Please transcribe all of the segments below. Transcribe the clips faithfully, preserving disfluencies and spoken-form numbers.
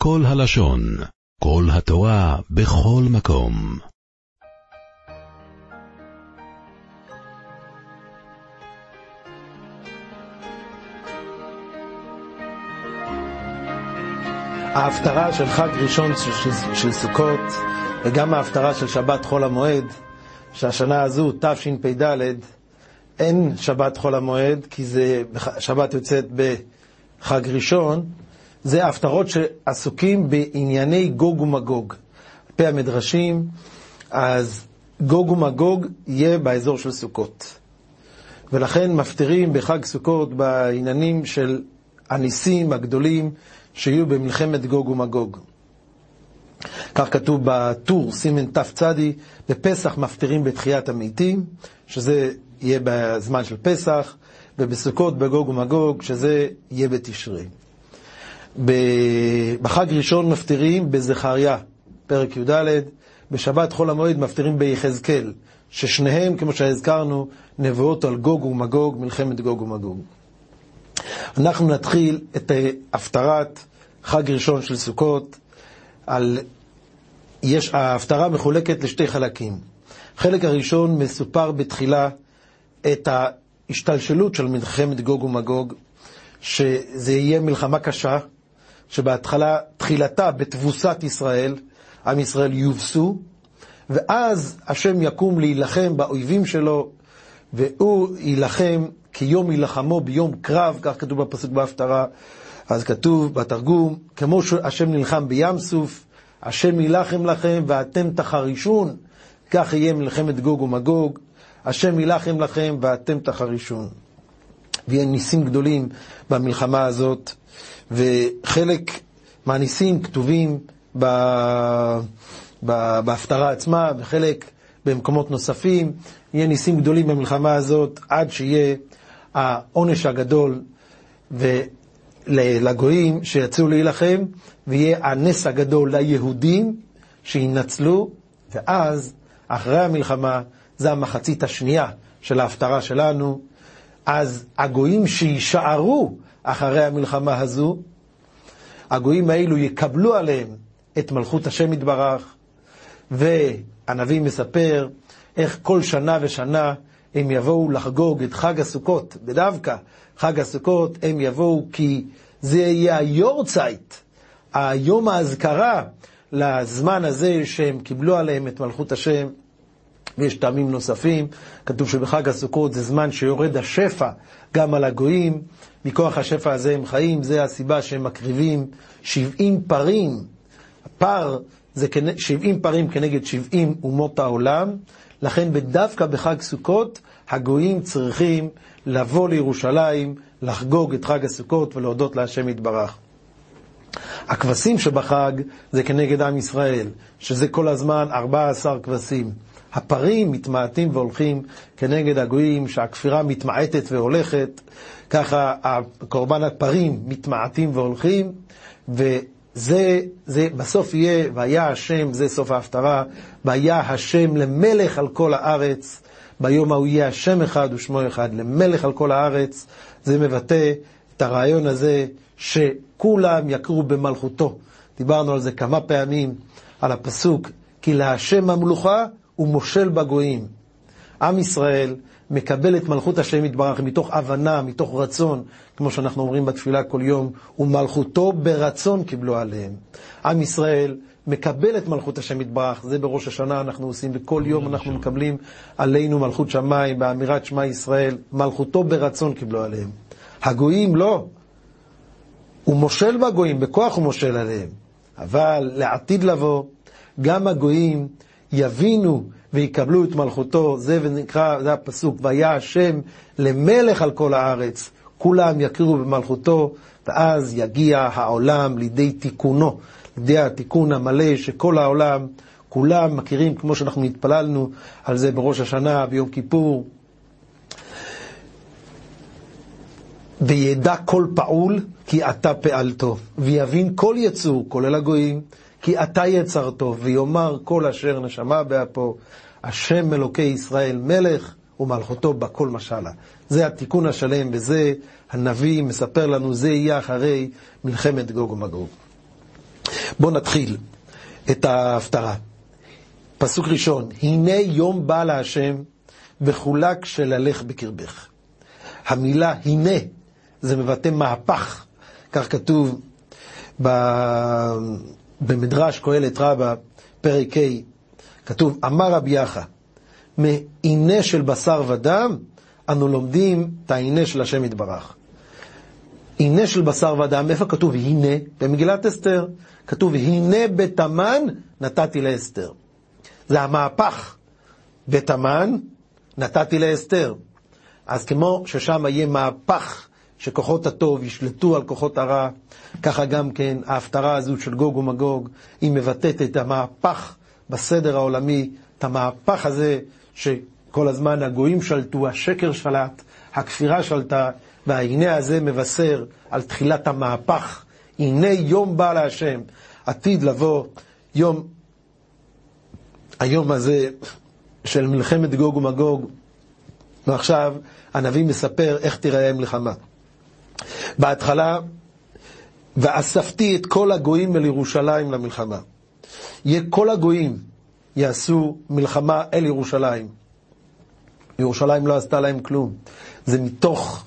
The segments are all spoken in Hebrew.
כל הלשון, כל התורה, בכל מקום. ההפטרה של חג ראשון של, של, של סוכות, וגם ההפטרה של שבת חול המועד, שהשנה הזו, תשפ"ד, אין שבת חול המועד, כי זה שבת יוצאת בחג ראשון, זה ההפטרות שעסוקים בענייני גוג ומגוג. על פי המדרשים, אז גוג ומגוג יהיה באזור של סוכות. ולכן מפטרים בחג סוכות בעניינים של הניסים הגדולים שיהיו במלחמת גוג ומגוג. כך כתוב בטור סימן תף צדי, בפסח מפטרים בתחיית המתים, שזה יהיה בזמן של פסח, ובסוכות בגוג ומגוג, שזה יהיה בתשרי. בחג ראשון מפטרים בזכריה, פרק י"ד, בשבת חול המועד מפטרים ביחזקאל, ששניהם, כמו שהזכרנו, נבואות על גוג ומגוג, מלחמת גוג ומגוג. אנחנו נתחיל את ההפטרת חג ראשון של סוכות. על יש ההפטרה מחולקת לשתי חלקים. חלק הראשון מסופר בתחילה את ההשתלשלות של מלחמת גוג ומגוג, שזה יהיה מלחמה קשה, שבהתחלה תחילתה בתבוסת ישראל, עם ישראל יובסו, ואז השם יקום להילחם באויבים שלו, והוא יילחם כיום ילחמו ביום קרב, כך כתוב בפסוק בהפטרה. אז כתוב בתרגום, כמו שהשם נלחם בים סוף, השם ילחם לכם ואתם תחרישון, כך יהיה מלחמת גוג ומגוג, השם ילחם לכם ואתם תחרישון. ויהיה ניסים גדולים במלחמה הזאת, וחלק מהניסים כתובים ב... ב... בהפטרה עצמה, וחלק במקומות נוספים. יהיה ניסים גדולים במלחמה הזאת, עד שיהיה העונש הגדול ולגויים שיצאו להילחם, ויהיה הנס הגדול ליהודים שינצלו, ואז אחרי המלחמה, זה המחצית השנייה של ההפטרה שלנו, אז הגויים שישארו אחרי המלחמה הזו, הגויים האלו יקבלו עליהם את מלכות השם יתברך, והנביא מספר איך כל שנה ושנה הם יבואו לחגוג את חג הסוכות, בדווקא חג הסוכות הם יבואו כי זה יהיה היורצייט, היום ההזכרה לזמן הזה שהם קיבלו עליהם את מלכות השם. ויש טעמים נוספים, כתוב שבחג הסוכות זה זמן שיורד השפע גם על הגויים, מכוח השפע הזה הם חיים, זה הסיבה שהם מקריבים שבעים פרים, הפר זה שבעים פרים כנגד שבעים אומות העולם, לכן בדווקא בחג סוכות הגויים צריכים לבוא לירושלים, לחגוג את חג הסוכות ולהודות להשם יתברך. הכבשים שבחג זה כנגד עם ישראל, שזה כל הזמן ארבע עשרה כבשים. הפרים מתמעטים והולכים כנגד הגויים, שהכפירה מתמעטת והולכת, ככה קורבן הפרים מתמעטים והולכים, וזה זה בסוף יהיה, והיה השם, זה סוף ההפטרה, והיה השם למלך על כל הארץ, ביום ההוא יהיה השם אחד ושמו אחד, למלך על כל הארץ. זה מבטא את הרעיון הזה שכולם יקרו במלכותו. דיברנו על זה כמה פעמים, על הפסוק, כי להשם המלוכה ומושל בגויים. עם ישראל מקבל את מלכות השם יתברך מתוך הבנה, מתוך רצון, כמו שאנחנו אומרים בתפילה כל יום, ומלכותו ברצון קיבלו עליהם. עם ישראל מקבל את מלכות השם יתברך, זה בראש השנה אנחנו עושים, וכל יום אנחנו מקבלים עלינו מלכות שמיים, באמירת שמע ישראל, מלכותו ברצון קיבלו עליהם. הגויים לא, הוא מושל בגויים, בכוח הוא מושל עליהם. אבל לעתיד לבוא, גם הגויים יבינו ויקבלו את מלכותו, זה ונקרא, זה הפסוק, והיה השם למלך על כל הארץ, כולם יכירו במלכותו, ואז יגיע העולם לידי תיקונו, לידי התיקון המלא שכל העולם, כולם מכירים, כמו שאנחנו התפללנו על זה בראש השנה, ביום כיפור, וידע כל פעול כי אתה פעלתו, ויבין כל יצור, כולל הגויים, כי אתה יצרתו, ויאמר כל אשר נשמה באפו, השם אלוקי ישראל מלך ומלכותו בכל משלה. זה התיקון השלם, וזה הנביא מספר לנו, זה יהיה אחרי מלחמת גוג ומגוג. בואו נתחיל את ההפטרה. פסוק ראשון, הנה יום בא להשם וחולק שללך בקרבך. המילה הנה זה מבטא מהפך, כך כתוב במדרש קהלת רבה פרק ה', כתוב אמר רבי יחא, מהנה של בשר ודם אנו לומדים את ההנה של השם יתברך. הנה של בשר ודם, איפה כתוב הנה? במגילת אסתר כתוב הנה בתמן נתתי לאסתר. זה המהפך, בתמן נתתי לאסתר. אז כמו ששם יהיה מהפך שכוחות הטוב ישלטו על כוחות הרע, ככה גם כן ההפטרה הזו של גוג ומגוג היא מבטאת את המהפך בסדר העולמי, את המהפך הזה שכל הזמן הגויים שלטו, השקר שלט, הכפירה שלטה, וההנה הזה מבשר על תחילת המהפך. הנה יום בא להשם, עתיד לבוא יום, היום הזה של מלחמת גוג ומגוג. ועכשיו הנביא מספר איך תיראה המלחמה. בהתחלה, ואספתי את כל הגויים אל ירושלים למלחמה. יהיה כל הגויים יעשו מלחמה אל ירושלים. ירושלים לא עשתה להם כלום. זה מתוך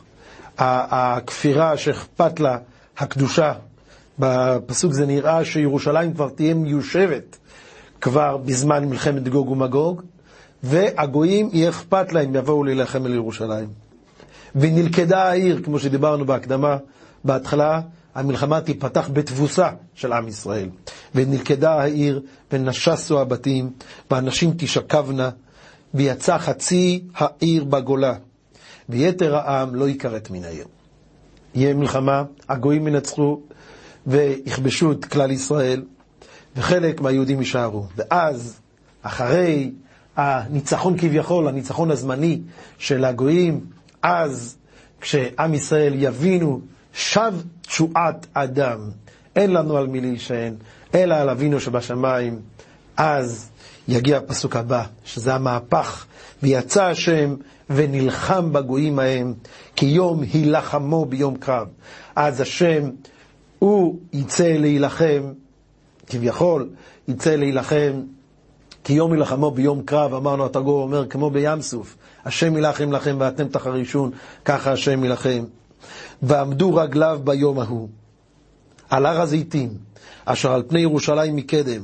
הכפירה שאכפת לה הקדושה. בפסוק זה נראה שירושלים כבר תהיה מיושבת כבר בזמן מלחמת גוג ומגוג, והגויים יהיה אכפת להם, יבואו להילחם אל ירושלים. ונלכדה העיר, כמו שדיברנו בהקדמה, בהתחלה המלחמה תיפתח בתבוסה של עם ישראל. ונלכדה העיר, ונשסו הבתים, והנשים תשכבנה, ויצא חצי העיר בגולה, ויתר העם לא יקראת מן העיר. יהיה מלחמה, הגויים ינצחו, ויכבשו את כלל ישראל, וחלק מהיהודים יישארו. ואז, אחרי הניצחון כביכול, הניצחון הזמני של הגויים, אז כשעם ישראל יבינו שב תשועת אדם, אין לנו על מי להישען, אלא על אבינו שבשמיים, אז יגיע הפסוק הבא, שזה המהפך, ויצא השם ונלחם בגויים ההם, כי יום הילחמו ביום קרב. אז השם, הוא יצא להילחם, כביכול, יצא להילחם, כי יום ילחמו ביום קרב, אמרנו, התרגום אומר, כמו בים סוף, השם ילחם לכם ואתם תחרישון, ככה השם ילחם. ועמדו רגליו ביום ההוא, על הר הזיתים, אשר על פני ירושלים מקדם,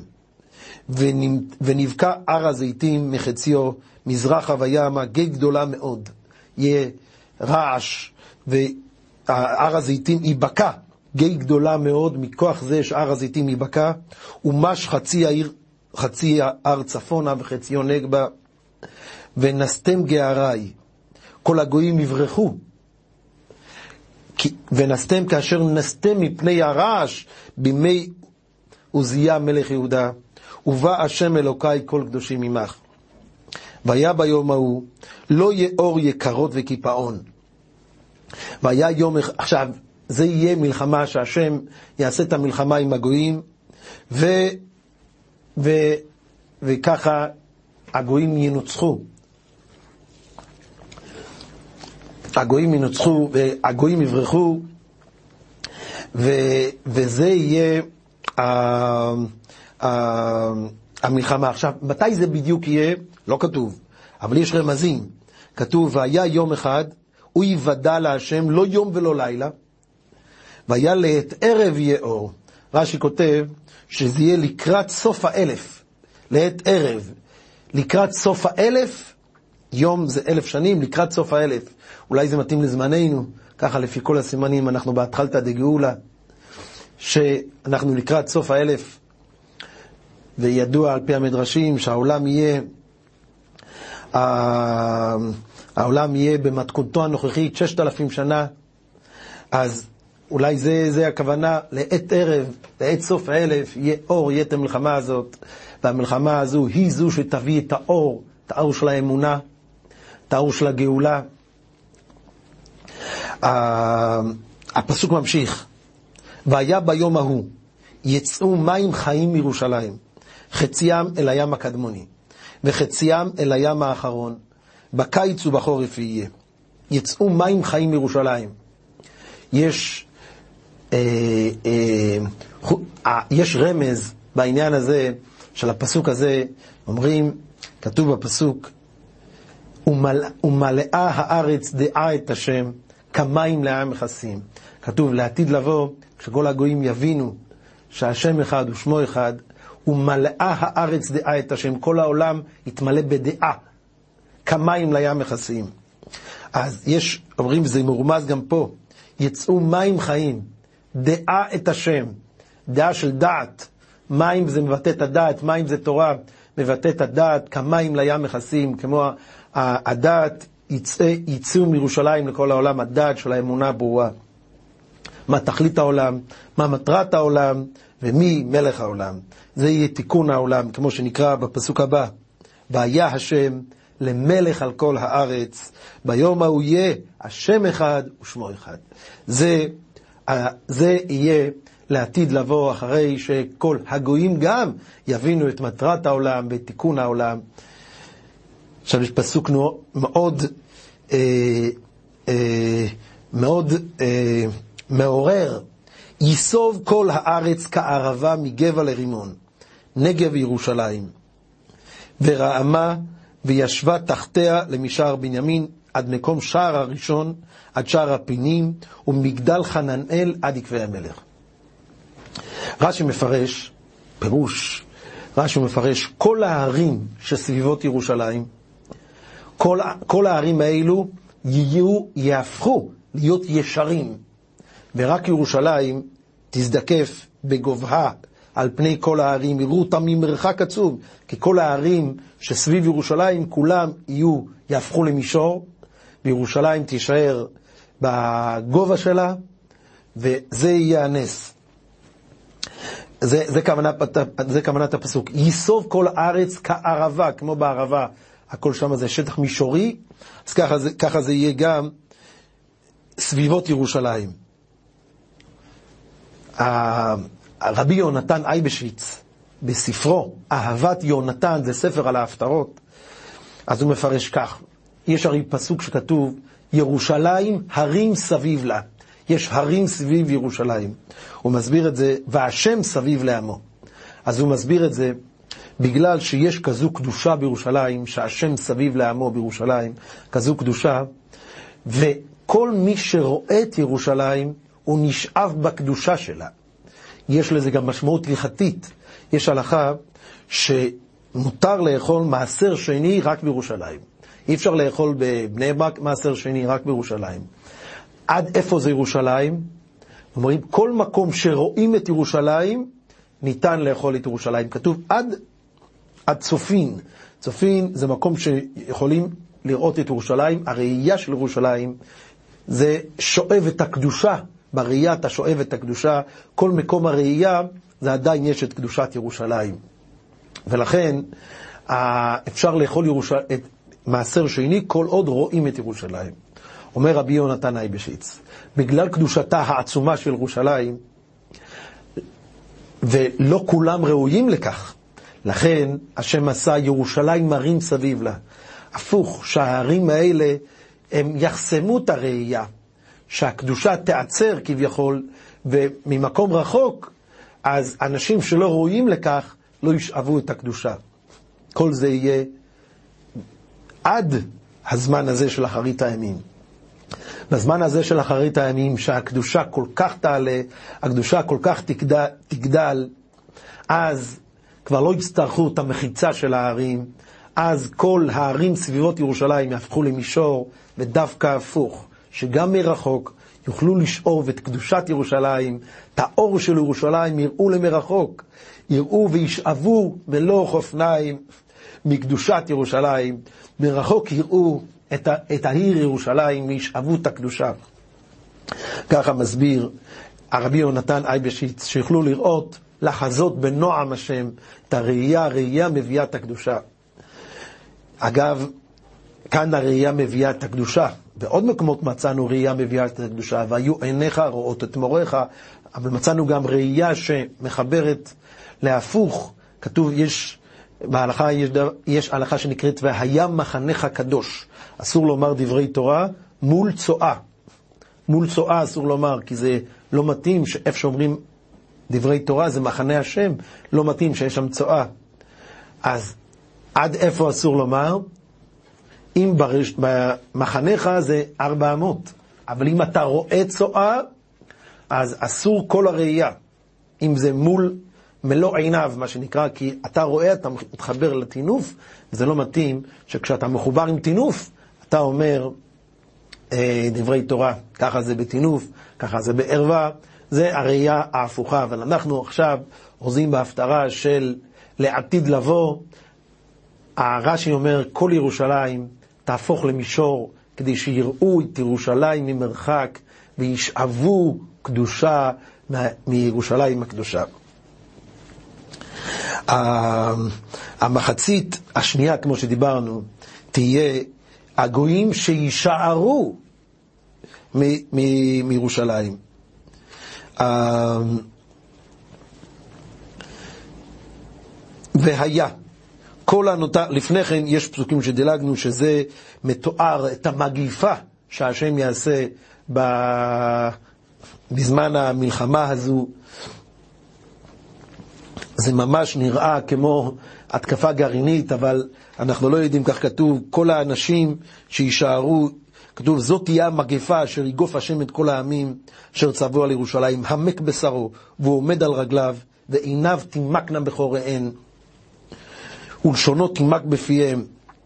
ונבקע הר הזיתים מחציו, מזרחה וימה, גיא גדולה מאוד, יהיה רעש, והר הזיתים ייבקע, גיא גדולה מאוד, מכוח זה שהר הזיתים ייבקע, ומש חצי העיר, חצי הר צפונה וחציו נגבה, ונסתם גערי, כל הגויים יברחו, ונסתם כאשר נסתם מפני הרעש בימי עוזיה מלך יהודה, ובא השם אלוקי כל קדושים עמך. והיה ביום ההוא לא יהיה אור יקרות וקיפאון. והיה יום, עכשיו זה יהיה מלחמה שהשם יעשה את המלחמה עם הגויים, ו, ו, וככה הגויים ינוצחו. הגויים ינוצחו והגויים יברחו, ו, וזה יהיה ה, ה, המלחמה. עכשיו, מתי זה בדיוק יהיה? לא כתוב, אבל יש רמזים. כתוב, והיה יום אחד, הוא יוודע להשם, לא יום ולא לילה, והיה לעת ערב יהיה אור. רש"י כותב, שזה יהיה לקראת סוף האלף, לעת ערב. לקראת סוף האלף, יום זה אלף שנים, לקראת סוף האלף. אולי זה מתאים לזמננו, ככה לפי כל הסימנים, אנחנו בהתחלת דגאולה, שאנחנו לקראת סוף האלף, וידוע על פי המדרשים שהעולם יהיה, העולם יהיה במתכונתו הנוכחית ששת אלפים שנה, אז אולי זה, זה הכוונה, לעת ערב, לעת סוף האלף, יהיה אור, יהיה את המלחמה הזאת, והמלחמה הזו היא זו שתביא את האור, את האור של האמונה, את האור של הגאולה. הפסוק ממשיך, והיה ביום ההוא, יצאו מים חיים מירושלים, חציים אל הים הקדמוני, וחציים אל הים האחרון, בקיץ ובחורף יהיה. יצאו מים חיים מירושלים. יש אה, אה, יש רמז בעניין הזה של הפסוק הזה. אומרים, כתוב בפסוק, ומלא, ומלאה הארץ דעה את השם כמים לעם מכסים. כתוב לעתיד לבוא, כשכל הגויים יבינו שהשם אחד ושמו אחד, ומלאה הארץ דעה את השם, כל העולם יתמלא בדעה, כמים לים מכסים. אז יש, אומרים, זה מרומז גם פה, יצאו מים חיים, דעה את השם, דעה של דעת. מים זה מבטא את הדעת, מים זה תורה, מבטא את הדעת, כמים לים מכסים, כמו הדעת יצא, יצאו מירושלים לכל העולם, הדעת של האמונה ברורה. מה תכלית העולם, מה מטרת העולם, ומי מלך העולם. זה יהיה תיקון העולם, כמו שנקרא בפסוק הבא. והיה השם למלך על כל הארץ, ביום ההוא יהיה השם אחד ושמו אחד. זה, זה יהיה לעתיד לבוא, אחרי שכל הגויים גם יבינו את מטרת העולם ותיקון העולם. עכשיו יש פסוק מאוד אה, אה, מאוד אה, מעורר. יסוב כל הארץ כערבה מגבע לרימון, נגב ירושלים, ורעמה וישבה תחתיה למשער בנימין, עד מקום שער הראשון, עד שער הפינים, ומגדל חננאל עד עקבי המלך. רש"י מפרש, פירוש, רש"י מפרש, כל הערים שסביבות ירושלים, כל, כל הערים האלו יהיו, יהפכו להיות ישרים, ורק ירושלים תזדקף בגובהה על פני כל הערים, יראו אותם ממרחק עצוב, כי כל הערים שסביב ירושלים כולם יהיו, יהפכו למישור, וירושלים תישאר בגובה שלה, וזה יהיה הנס. זה, זה, כוונת, זה כוונת הפסוק. יסוב כל הארץ כערבה, כמו בערבה, הכל שם זה שטח מישורי, אז ככה זה, ככה זה יהיה גם סביבות ירושלים. רבי יונתן אייבשיץ, בספרו אהבת יונתן, זה ספר על ההפטרות, אז הוא מפרש כך. יש הרי פסוק שכתוב, ירושלים הרים סביב לה. יש הרים סביב ירושלים. הוא מסביר את זה, והשם סביב לעמו. אז הוא מסביר את זה, בגלל שיש כזו קדושה בירושלים, שהשם סביב לעמו בירושלים, כזו קדושה, וכל מי שרואה את ירושלים, הוא נשאב בקדושה שלה. יש לזה גם משמעות הלכתית. יש הלכה שמותר לאכול מעשר שני רק בירושלים. אי אפשר לאכול בבני ברק מעשר שני רק בירושלים. עד איפה זה ירושלים? אומרים, כל מקום שרואים את ירושלים, ניתן לאכול את ירושלים. כתוב עד, עד צופין. צופין זה מקום שיכולים לראות את ירושלים. הראייה של ירושלים זה שואב את הקדושה. בראייה אתה שואב את הקדושה. כל מקום הראייה זה עדיין יש את קדושת ירושלים. ולכן אפשר לאכול ירושלים, את מעשר שני כל עוד רואים את ירושלים. אומר רבי יונתן אייבשיץ, בגלל קדושתה העצומה של ירושלים, ולא כולם ראויים לכך, לכן השם עשה ירושלים מרים סביב לה. הפוך, שהערים האלה הם יחסמו את הראייה, שהקדושה תעצר כביכול, וממקום רחוק, אז אנשים שלא ראויים לכך לא ישאבו את הקדושה. כל זה יהיה עד הזמן הזה של אחרית הימים. בזמן הזה של אחרית הימים, שהקדושה כל כך תעלה, הקדושה כל כך תגדל, תגדל, אז כבר לא יצטרכו את המחיצה של הערים, אז כל הערים סביבות ירושלים יהפכו למישור, ודווקא הפוך, שגם מרחוק יוכלו לשאוב את קדושת ירושלים, את האור של ירושלים יראו למרחוק, יראו וישאבו מלוך אופניים מקדושת ירושלים, מרחוק יראו את, ה, את העיר ירושלים וישאבו את הקדושה. ככה מסביר הרבי יונתן אייבשיץ, שיוכלו לראות, לחזות בנועם השם, את הראייה, הראייה מביאה את הקדושה. אגב, כאן הראייה מביאה את הקדושה. בעוד מקומות מצאנו ראייה מביאה את הקדושה, והיו עיניך רואות את מוריך, אבל מצאנו גם ראייה שמחברת להפוך. כתוב, יש בהלכה, יש, יש הלכה שנקראת, והיה מחנך קדוש. אסור לומר דברי תורה מול צועה. מול צועה אסור לומר, כי זה לא מתאים שאיפה שאומרים דברי תורה זה מחנה השם, לא מתאים שיש שם צועה. אז עד איפה אסור לומר? אם ברש... במחנך זה ארבע אמות, אבל אם אתה רואה צועה, אז אסור כל הראייה. אם זה מול מלוא עיניו, מה שנקרא, כי אתה רואה, אתה מתחבר לתינוף, זה לא מתאים שכשאתה מחובר עם תינוף, אתה אומר אה, דברי תורה, ככה זה בתינוף, ככה זה בערווה, זה הראייה ההפוכה. אבל אנחנו עכשיו עוזים בהפטרה של לעתיד לבוא, הרש"י אומר, כל ירושלים תהפוך למישור, כדי שיראו את ירושלים ממרחק, וישאבו קדושה מירושלים הקדושה. המחצית השנייה, כמו שדיברנו, תהיה הגויים שישארו מירושלים. והיה כל הנותר, לפני כן יש פסוקים שדילגנו שזה מתואר את המגיפה שהשם יעשה בזמן המלחמה הזו. זה ממש נראה כמו התקפה גרעינית, אבל אנחנו לא יודעים, כך כתוב, כל האנשים שישארו, כתוב, זאת תהיה המגפה אשר יגוף השם את כל העמים אשר צבאו על ירושלים, המק בשרו, והוא עומד על רגליו, ועיניו תימקנה בחוריהן, ולשונו תימק בפיהם.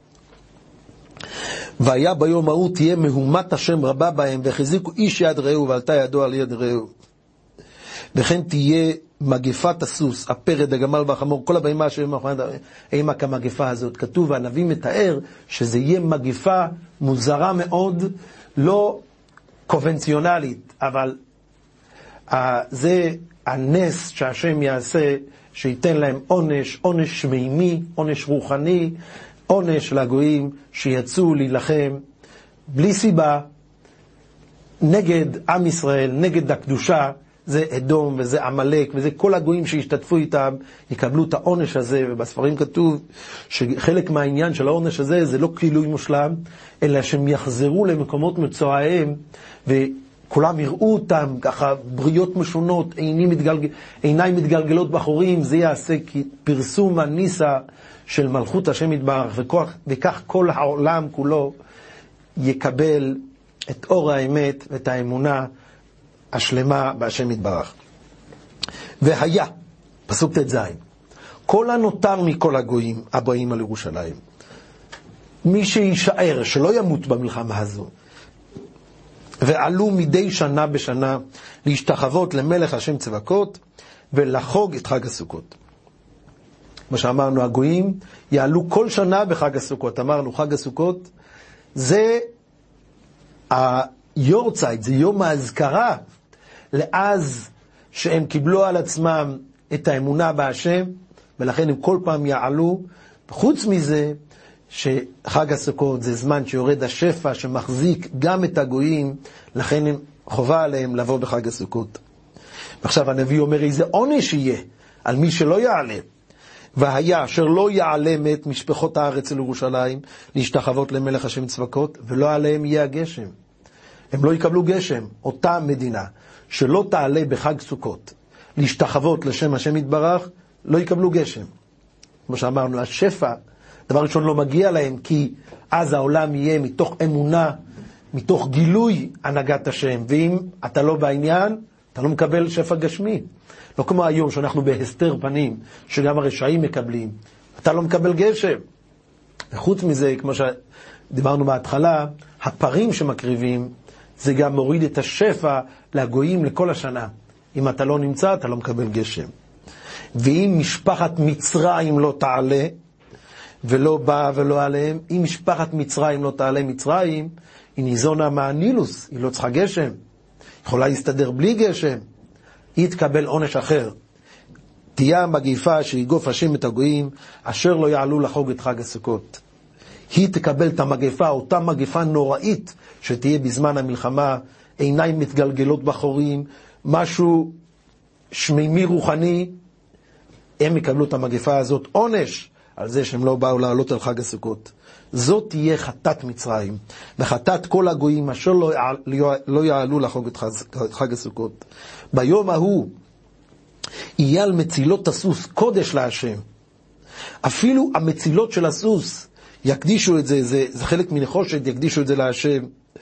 והיה ביום ההוא תהיה מהומת השם רבה בהם, והחזיקו איש יד רעהו ועלתה ידו על יד רעהו. וכן תהיה מגפת הסוס, הפרד, הגמל והחמור, כל הבהמה שהאימה כמגפה הזאת. כתוב, והנביא מתאר שזה יהיה מגפה מוזרה מאוד, לא קונבנציונלית, אבל uh, זה הנס שהשם יעשה, שייתן להם עונש, עונש שמימי, עונש רוחני, עונש לגויים שיצאו להילחם בלי סיבה נגד עם ישראל, נגד הקדושה. זה אדום וזה עמלק וזה כל הגויים שהשתתפו איתם יקבלו את העונש הזה. ובספרים כתוב שחלק מהעניין של העונש הזה זה לא כילוי מושלם, אלא שהם יחזרו למקומות מצואיהם וכולם יראו אותם ככה בריות משונות, עיניים, מתגלג... עיניים מתגלגלות בחורים. זה יעשה פרסום הניסה של מלכות השם יתברך, וכך, וכך כל העולם כולו יקבל את אור האמת ואת האמונה השלמה בהשם יתברך. והיה, פסוק ת' ז', כל הנותר מכל הגויים הבאים על ירושלים, מי שישאר, שלא ימות במלחמה הזו, ועלו מדי שנה בשנה להשתחוות למלך השם צבקות ולחוג את חג הסוכות. כמו שאמרנו, הגויים יעלו כל שנה בחג הסוכות. אמרנו, חג הסוכות זה היורצייט, זה יום ההזכרה לאז שהם קיבלו על עצמם את האמונה בהשם, ולכן הם כל פעם יעלו. חוץ מזה שחג הסוכות זה זמן שיורד השפע שמחזיק גם את הגויים, לכן הם חובה עליהם לבוא בחג הסוכות. ועכשיו הנביא אומר איזה עונש יהיה על מי שלא יעלה. והיה אשר לא יעלה מת משפחות הארץ אל ירושלים להשתחוות למלך השם צבקות, ולא עליהם יהיה הגשם. הם לא יקבלו גשם. אותה מדינה שלא תעלה בחג סוכות להשתחוות לשם השם יתברך, לא יקבלו גשם. כמו שאמרנו, השפע דבר ראשון לא מגיע להם, כי אז העולם יהיה מתוך אמונה, מתוך גילוי הנהגת השם. ואם אתה לא בעניין, אתה לא מקבל שפע גשמי. לא כמו היום שאנחנו בהסתר פנים, שגם הרשעים מקבלים. אתה לא מקבל גשם. וחוץ מזה, כמו שדיברנו בהתחלה, הפרים שמקריבים, זה גם מוריד את השפע לגויים לכל השנה. אם אתה לא נמצא, אתה לא מקבל גשם. ואם משפחת מצרים לא תעלה, ולא באה ולא עליהם, אם משפחת מצרים לא תעלה מצרים, היא ניזונה מהנילוס, היא לא צריכה גשם. יכולה להסתדר בלי גשם. היא תקבל עונש אחר. תהיה המגיפה שיגוף השם את הגויים, אשר לא יעלו לחוג את חג הסוכות. היא תקבל את המגיפה, אותה מגיפה נוראית, שתהיה בזמן המלחמה, עיניים מתגלגלות בחורים, משהו שמימי רוחני, הם יקבלו את המגיפה הזאת, עונש על זה שהם לא באו לעלות על חג הסוכות. זאת תהיה חטאת מצרים, וחטאת כל הגויים אשר לא, לא יעלו לחוג את חג הסוכות. ביום ההוא יהיה על מצילות הסוס קודש להשם. אפילו המצילות של הסוס יקדישו את זה, זה, זה חלק מנחושת, יקדישו את זה להשם.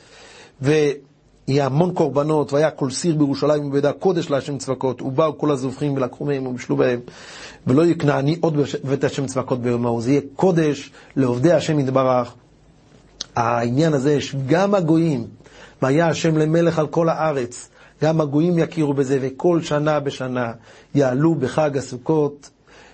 ויהיה המון קורבנות, והיה כל סיר בירושלים ובדע קודש להשם צבקות. ובאו כל הזובחים ולקחו מהם ובשלו בהם. ולא יקנה אני עוד בבית השם צבקות ביום ההוא. זה יהיה קודש לעובדי השם יתברך. העניין הזה שגם הגויים, והיה השם למלך על כל הארץ, גם הגויים יכירו בזה, וכל שנה בשנה יעלו בחג הסוכות,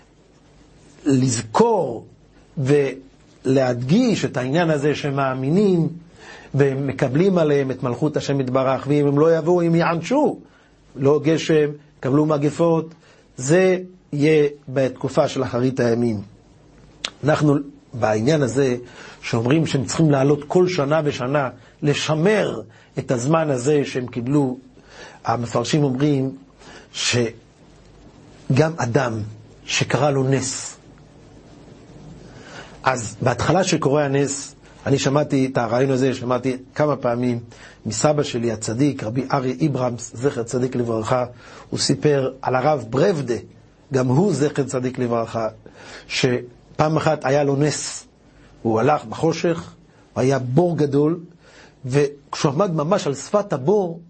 לזכור ולהדגיש את העניין הזה שמאמינים ומקבלים עליהם את מלכות השם יתברך, ואם הם לא יבואו, הם יענשו, לא גשם, קבלו מגפות. זה יהיה בתקופה של אחרית הימים. אנחנו בעניין הזה שאומרים שהם צריכים לעלות כל שנה בשנה, לשמר את הזמן הזה שהם קיבלו. המפרשים אומרים שגם אדם שקרא לו נס, אז בהתחלה שקורא הנס, אני שמעתי את הרעיון הזה, שמעתי כמה פעמים מסבא שלי הצדיק, רבי ארי איברהמס, זכר צדיק לברכה. הוא סיפר על הרב ברבדה, גם הוא זכר צדיק לברכה, שפעם אחת היה לו נס. הוא הלך בחושך, היה בור גדול, וכשהוא עמד ממש על שפת הבור,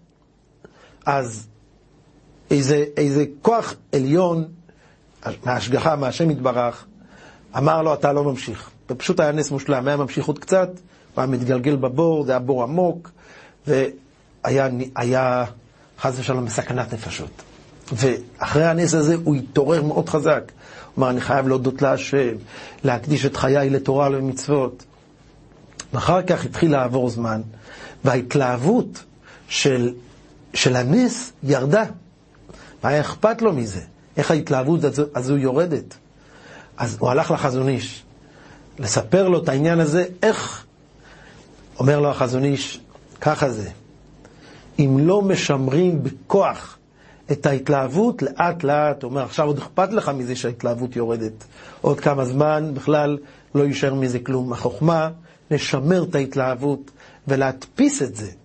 אז איזה, איזה כוח עליון מההשגחה, מהשם יתברך, אמר לו, אתה לא ממשיך. ופשוט היה נס מושלם, היה ממשיך עוד קצת, הוא היה מתגלגל בבור, זה היה בור עמוק, והיה היה, חס ושלום, מסכנת נפשות. ואחרי הנס הזה הוא התעורר מאוד חזק. הוא אמר, אני חייב להודות להשם, להקדיש את חיי לתורה ולמצוות. ואחר כך התחיל לעבור זמן, וההתלהבות של, של הנס ירדה. והיה אכפת לו מזה, איך ההתלהבות הזו, הזו יורדת. אז הוא הלך לחזון איש, לספר לו את העניין הזה, איך, אומר לו החזון איש, ככה זה, אם לא משמרים בכוח את ההתלהבות, לאט לאט, הוא אומר, עכשיו עוד אכפת לך מזה שההתלהבות יורדת, עוד כמה זמן בכלל לא יישאר מזה כלום. החוכמה, לשמר את ההתלהבות, ולהדפיס את זה,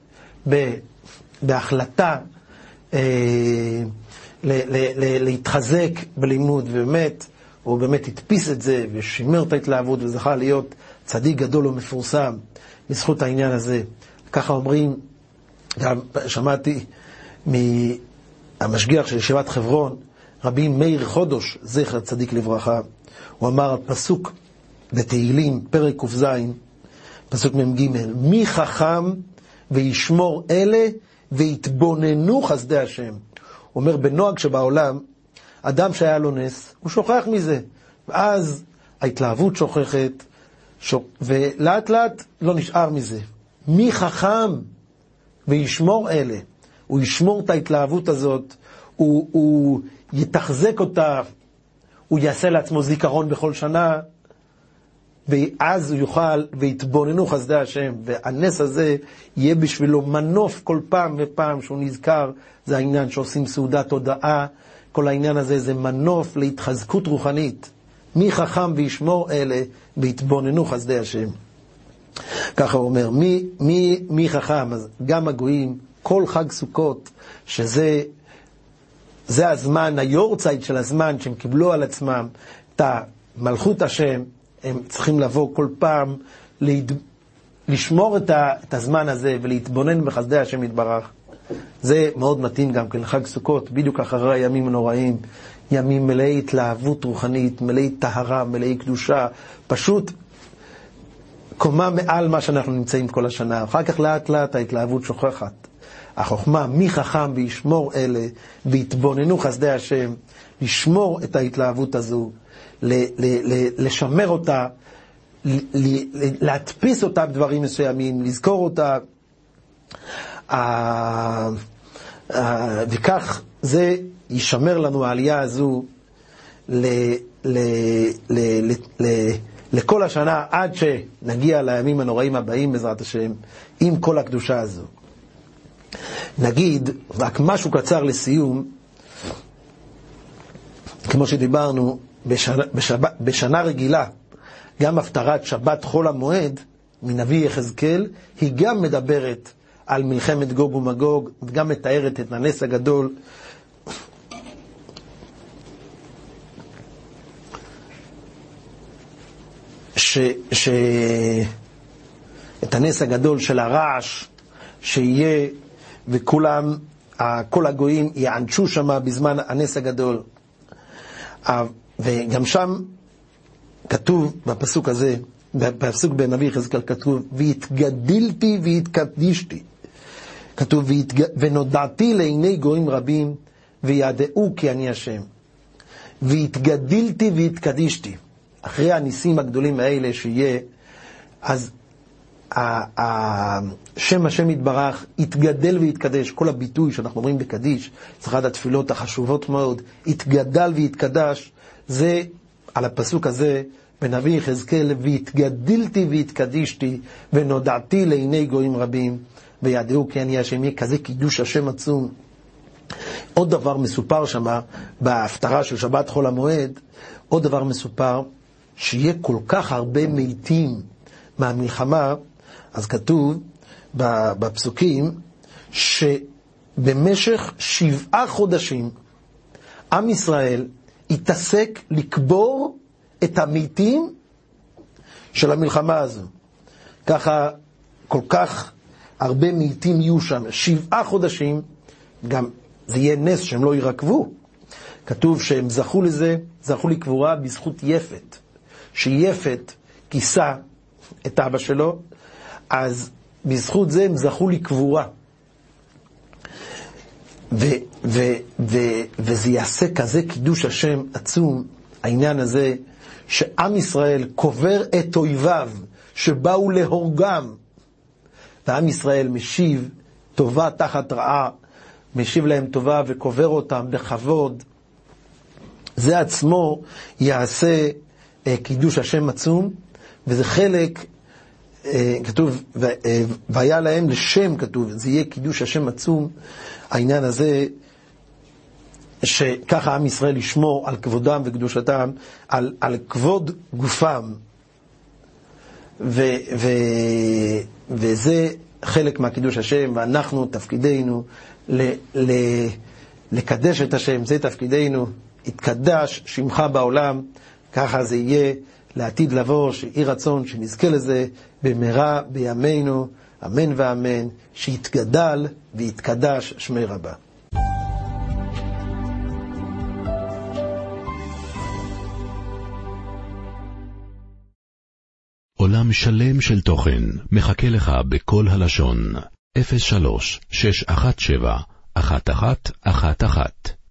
בהחלטה, אה, ל, ל, ל, להתחזק בלימוד, ובאמת, הוא באמת הדפיס את זה, ושימר את ההתלהבות, וזכה להיות צדיק גדול ומפורסם, בזכות העניין הזה. ככה אומרים, גם שמעתי מהמשגיח של ישיבת חברון, רבי מאיר חודש, זכר צדיק לברכה, הוא אמר פסוק בתהילים, פרק ק"ז, פסוק מ"ג, מי חכם וישמור אלה ויתבוננו חסדי השם. הוא אומר, בנוהג שבעולם, אדם שהיה לו נס, הוא שוכח מזה, ואז ההתלהבות שוכחת, שוק... ולאט לאט לא נשאר מזה. מי חכם וישמור אלה, הוא ישמור את ההתלהבות הזאת, הוא, הוא יתחזק אותה, הוא יעשה לעצמו זיכרון בכל שנה, ואז הוא יוכל, ויתבוננו חסדי השם, והנס הזה יהיה בשבילו מנוף כל פעם ופעם שהוא נזכר. זה העניין שעושים סעודת הודאה, כל העניין הזה זה מנוף להתחזקות רוחנית. מי חכם וישמור אלה ויתבוננו חסדי השם. ככה הוא אומר, מי, מי, מי חכם? אז גם הגויים, כל חג סוכות, שזה זה הזמן, היורצייט של הזמן שהם קיבלו על עצמם את מלכות השם, הם צריכים לבוא כל פעם להד... לשמור את, ה... את הזמן הזה ולהתבונן בחסדי השם יתברך. זה מאוד מתאים גם כן לחג סוכות, בדיוק אחרי הימים הנוראים, ימים מלאי התלהבות רוחנית, מלאי טהרה, מלאי קדושה, פשוט קומה מעל מה שאנחנו נמצאים כל השנה. אחר כך לאט לאט ההתלהבות שוכחת. החוכמה, מי חכם וישמור אלה ויתבוננו חסדי השם, לשמור את ההתלהבות הזו, לשמר אותה, להדפיס אותה בדברים מסוימים, לזכור אותה, וכך זה ישמר לנו העלייה הזו לכל השנה, עד שנגיע לימים הנוראים הבאים בעזרת השם, עם כל הקדושה הזו. נגיד רק משהו קצר לסיום, כמו שדיברנו, בשנה, בשבת, בשנה רגילה, גם הפטרת שבת חול המועד, מנביא יחזקאל, היא גם מדברת על מלחמת גוג ומגוג, וגם מתארת את הנס הגדול, ש, ש... את הנס הגדול של הרעש שיהיה, וכולם, כל הגויים יענשו שם בזמן הנס הגדול. וגם שם כתוב בפסוק הזה, בפסוק בנביא יחזקאל כתוב, והתגדלתי והתקדישתי. כתוב, ונודעתי לעיני גויים רבים, וידעו כי אני השם. והתגדלתי והתקדישתי. אחרי הניסים הגדולים האלה שיהיה, אז השם השם יתברך יתגדל ויתקדש. כל הביטוי שאנחנו אומרים בקדיש, זה אחת התפילות החשובות מאוד, יתגדל ויתקדש, זה על הפסוק הזה בנביא יחזקאל, והתגדלתי והתקדישתי ונודעתי לעיני גויים רבים וידעו כי אני השם. יהיה כזה קידוש השם עצום. עוד דבר מסופר שמה בהפטרה של שבת חול המועד, עוד דבר מסופר שיהיה כל כך הרבה מתים מהמלחמה. אז כתוב בפסוקים שבמשך שבעה חודשים עם ישראל יתעסק לקבור את המתים של המלחמה הזו. ככה כל כך הרבה מתים יהיו שם, שבעה חודשים. גם זה יהיה נס שהם לא ירקבו. כתוב שהם זכו לזה, זכו לקבורה בזכות יפת, שיפת כיסה את אבא שלו, אז בזכות זה הם זכו לקבורה. ו, ו, ו, וזה יעשה כזה קידוש השם עצום, העניין הזה שעם ישראל קובר את אויביו שבאו להורגם, ועם ישראל משיב טובה תחת רעה, משיב להם טובה וקובר אותם בכבוד. זה עצמו יעשה קידוש השם עצום, וזה חלק, כתוב, והיה להם לשם, כתוב, זה יהיה קידוש השם עצום, העניין הזה, שככה עם ישראל ישמור על כבודם וקדושתם, על, על כבוד גופם, ו, ו, וזה חלק מהקידוש השם, ואנחנו תפקידנו ל, ל, לקדש את השם, זה תפקידנו, יתקדש שמך בעולם, ככה זה יהיה לעתיד לבוא, שיהי רצון שנזכה לזה במהרה בימינו, אמן ואמן, שיתגדל ויתקדש שמי רבה. עולם שלם של תוכן מחכה לך בכל הלשון. אפס שלוש שש אחת שבע אחת אחת אחת אחת